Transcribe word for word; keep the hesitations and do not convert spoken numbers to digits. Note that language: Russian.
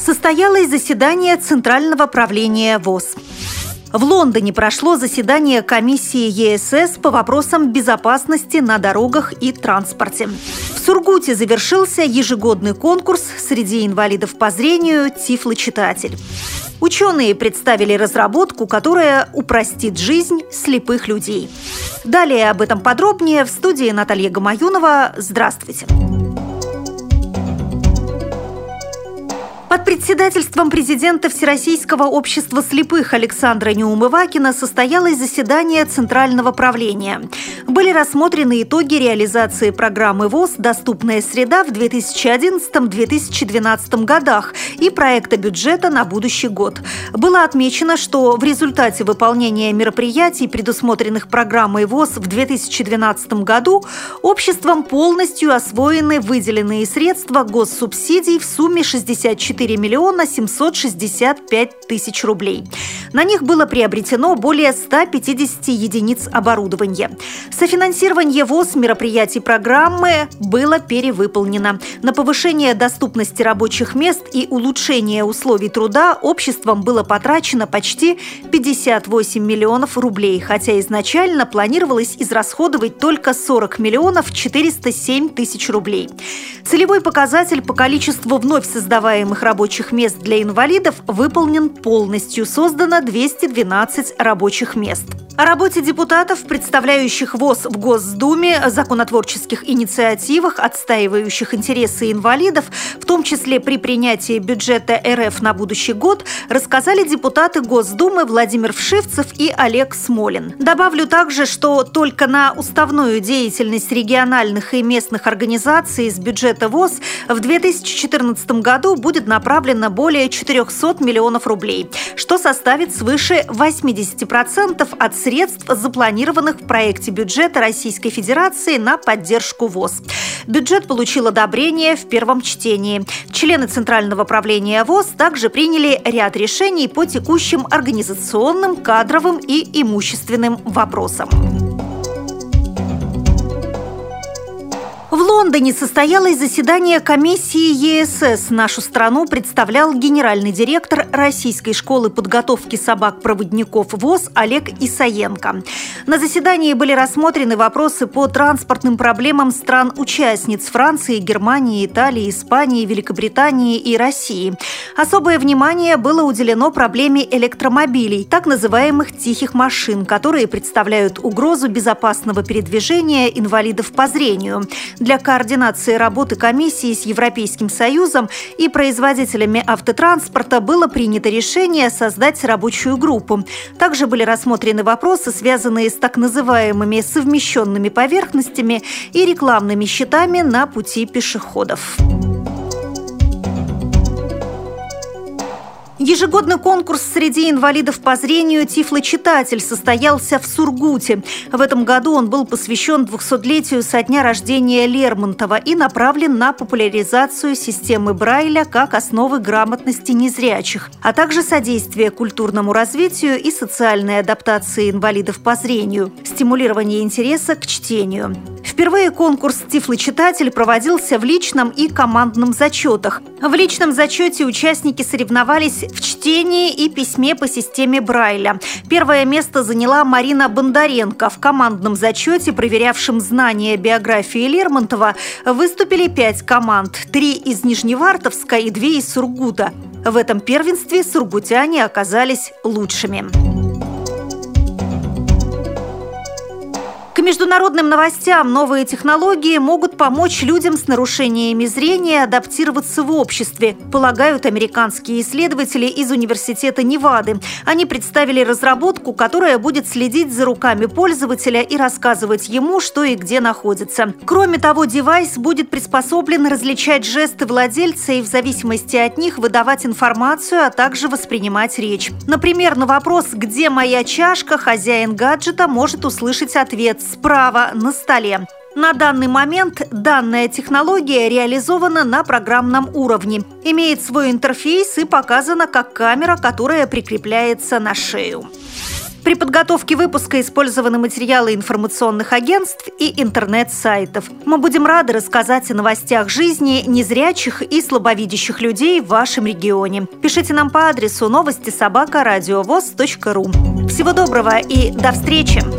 Состоялось заседание Центрального правления ВОС. В Лондоне прошло заседание комиссии Е С С по вопросам безопасности на дорогах и транспорте. В Сургуте завершился ежегодный конкурс среди инвалидов по зрению «Тифлочитатель». Ученые представили разработку, которая упростит жизнь слепых людей. Далее об этом подробнее в студии Наталья Гамаюнова. Здравствуйте! Под председательством президента Всероссийского общества слепых Александра Неумывакина состоялось заседание Центрального правления. Были рассмотрены итоги реализации программы ВОС «Доступная среда» в две тысячи одиннадцатом — две тысячи двенадцатом годах и проекта бюджета на будущий год. Было отмечено, что в результате выполнения мероприятий, предусмотренных программой ВОС в две тысячи двенадцатом году, обществом полностью освоены выделенные средства госсубсидий в сумме шестьдесят четыре миллиона семьсот шестьдесят пять тысяч рублей. На них было приобретено более ста пятидесяти единиц оборудования. Софинансирование ВОС мероприятий программы было перевыполнено. На повышение доступности рабочих мест и улучшение условий труда обществом было потрачено почти пятьдесят восемь миллионов рублей, хотя изначально планировалось израсходовать только сорок миллионов четыреста семь тысяч рублей. Целевой показатель по количеству вновь создаваемых рабочих мест для инвалидов выполнен полностью. Создано двести двенадцать рабочих мест. О работе депутатов, представляющих ВОС в Госдуме, законотворческих инициативах, отстаивающих интересы инвалидов, в том числе при принятии бюджета Р Ф на будущий год, рассказали депутаты Госдумы Владимир Вшивцев и Олег Смолин. Добавлю также, что только на уставную деятельность региональных и местных организаций из бюджета ВОС в две тысячи четырнадцатом году будет направлено более четырехсот миллионов рублей, что составит свыше восьмидесяти процентов от средств, запланированных в проекте бюджета Российской Федерации на поддержку ВОС. Бюджет получил одобрение в первом чтении. Члены Центрального правления ВОС также приняли ряд решений по текущим организационным, кадровым и имущественным вопросам. В Лондоне состоялось заседание комиссии Е С С. Нашу страну представлял генеральный директор Российской школы подготовки собак-проводников ВОС Олег Исаенко. На заседании были рассмотрены вопросы по транспортным проблемам стран-участниц Франции, Германии, Италии, Испании, Великобритании и России. Особое внимание было уделено проблеме электромобилей, так называемых «тихих машин», которые представляют угрозу безопасного передвижения инвалидов по зрению. Для координации работы комиссии с Европейским Союзом и производителями автотранспорта было принято решение создать рабочую группу. Также были рассмотрены вопросы, связанные с так называемыми совмещенными поверхностями и рекламными щитами на пути пешеходов. Ежегодный конкурс среди инвалидов по зрению «Тифлочитатель» состоялся в Сургуте. В этом году он был посвящен двухсотлетию со дня рождения Лермонтова и направлен на популяризацию системы Брайля как основы грамотности незрячих, а также содействие культурному развитию и социальной адаптации инвалидов по зрению, стимулирование интереса к чтению. Впервые конкурс «Тифлочитатель» проводился в личном и командном зачетах. В личном зачете участники соревновались в чтении и письме по системе Брайля. Первое место заняла Марина Бондаренко. В командном зачете, проверявшем знания биографии Лермонтова, выступили пять команд. Три из Нижневартовска и две из Сургута. В этом первенстве сургутяне оказались лучшими. К международным новостям. Новые технологии могут помочь людям с нарушениями зрения адаптироваться в обществе, полагают американские исследователи из Университета Невады. Они представили разработку, которая будет следить за руками пользователя и рассказывать ему, что и где находится. Кроме того, девайс будет приспособлен различать жесты владельца и в зависимости от них выдавать информацию, а также воспринимать речь. Например, на вопрос «Где моя чашка?» хозяин гаджета может услышать ответ «Справа, на столе». На данный момент данная технология реализована на программном уровне, имеет свой интерфейс и показана как камера, которая прикрепляется на шею. При подготовке выпуска использованы материалы информационных агентств и интернет-сайтов. Мы будем рады рассказать о новостях жизни незрячих и слабовидящих людей в вашем регионе. Пишите нам по адресу новости собака радиовоз точка ру. Всего доброго и до встречи!